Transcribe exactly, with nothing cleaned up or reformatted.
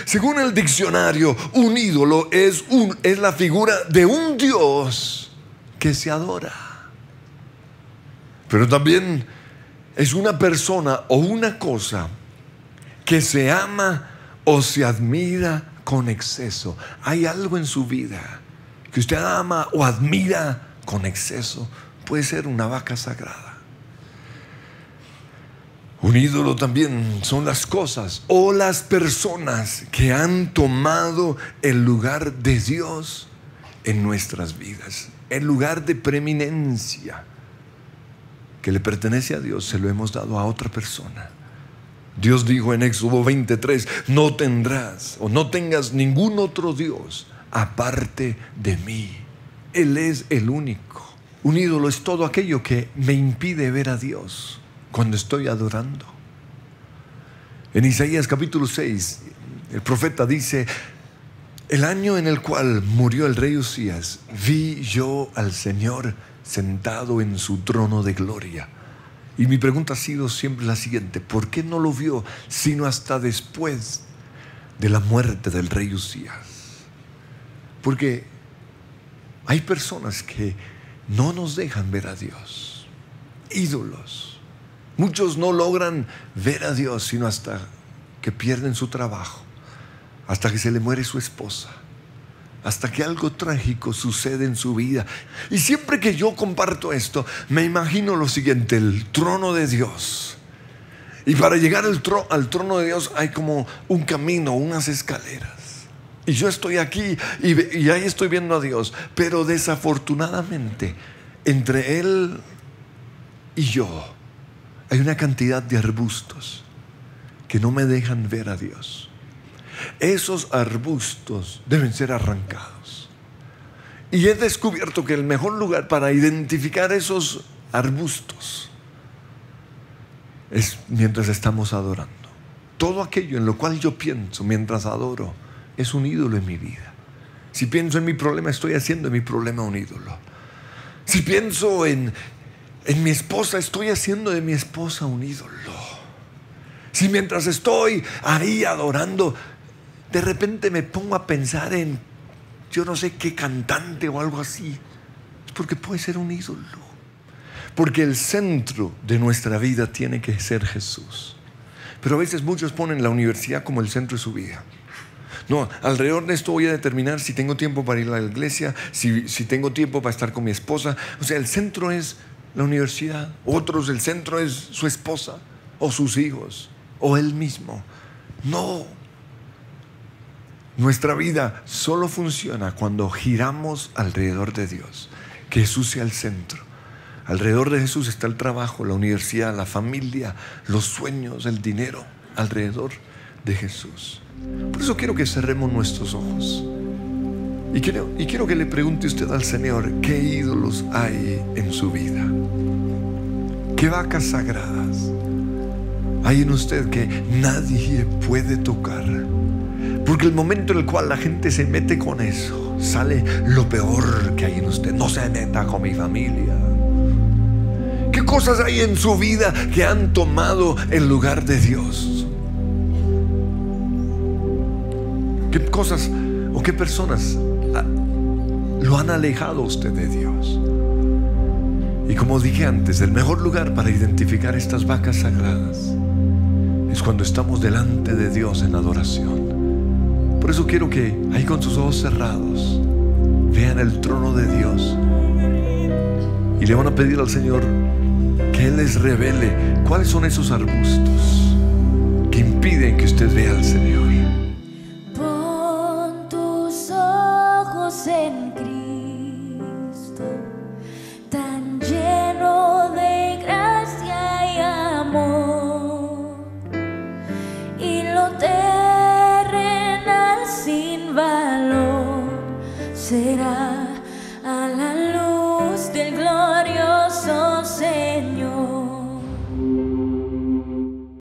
Según el diccionario, un ídolo es, un, es la figura de un Dios que se adora. Pero también es una persona o una cosa que se ama o se admira con exceso. Hay algo en su vida que usted ama o admira con exceso. Puede ser una vaca sagrada. Un ídolo también son las cosas o las personas que han tomado el lugar de Dios en nuestras vidas. El lugar de preeminencia que le pertenece a Dios se lo hemos dado a otra persona. Dios dijo en Éxodo veintitrés: no tendrás o no tengas ningún otro Dios aparte de mí. Él es el único. Un ídolo es todo aquello que me impide ver a Dios cuando estoy adorando. En Isaías capítulo seis, el profeta dice: el año en el cual murió el rey Usías, vi yo al Señor sentado en su trono de gloria. Y mi pregunta ha sido siempre la siguiente: ¿por qué no lo vio sino hasta después de la muerte del rey Usías? Porque hay personas que no nos dejan ver a Dios. Ídolos. Muchos no logran ver a Dios sino hasta que pierden su trabajo, hasta que se le muere su esposa, hasta que algo trágico sucede en su vida. Y siempre que yo comparto esto, me imagino lo siguiente: el trono de Dios. Y para llegar al, tro- al trono de Dios hay como un camino, unas escaleras. Y yo estoy aquí y, y ahí estoy viendo a Dios. Pero desafortunadamente, entre Él y yo hay una cantidad de arbustos que no me dejan ver a Dios. Esos arbustos deben ser arrancados. Y he descubierto que el mejor lugar para identificar esos arbustos es mientras estamos adorando. Todo aquello en lo cual yo pienso mientras adoro es un ídolo en mi vida. Si pienso en mi problema, estoy haciendo de mi problema un ídolo. Si pienso en, en mi esposa, estoy haciendo de mi esposa un ídolo. Si mientras estoy ahí adorando, de repente me pongo a pensar en yo no sé qué cantante o algo así, es porque puede ser un ídolo. Porque el centro de nuestra vida tiene que ser Jesús. Pero a veces muchos ponen la universidad como el centro de su vida. No, alrededor de esto voy a determinar si tengo tiempo para ir a la iglesia, si, si tengo tiempo para estar con mi esposa. O sea, el centro es la universidad. Otros, el centro es su esposa o sus hijos o él mismo. No. Nuestra vida solo funciona cuando giramos alrededor de Dios. Que Jesús sea el centro. Alrededor de Jesús está el trabajo, la universidad, la familia, los sueños, el dinero. Alrededor de Jesús. Por eso quiero que cerremos nuestros ojos. Y quiero, y quiero que le pregunte usted al Señor: ¿qué ídolos hay en su vida? ¿Qué vacas sagradas hay en usted que nadie puede tocar? Porque el momento en el cual la gente se mete con eso, sale lo peor que hay en usted. No se meta con mi familia. ¿Qué cosas hay en su vida que han tomado el lugar de Dios? ¿Qué cosas o qué personas lo han alejado a usted de Dios? Y como dije antes, el mejor lugar para identificar estas vacas sagradas es cuando estamos delante de Dios en adoración. Por eso quiero que ahí con sus ojos cerrados vean el trono de Dios y le van a pedir al Señor que Él les revele cuáles son esos arbustos que impiden que usted vea al Señor. Pon tus ojos en Cristo, tan lleno de gracia y amor, y lo terrenal sin valor será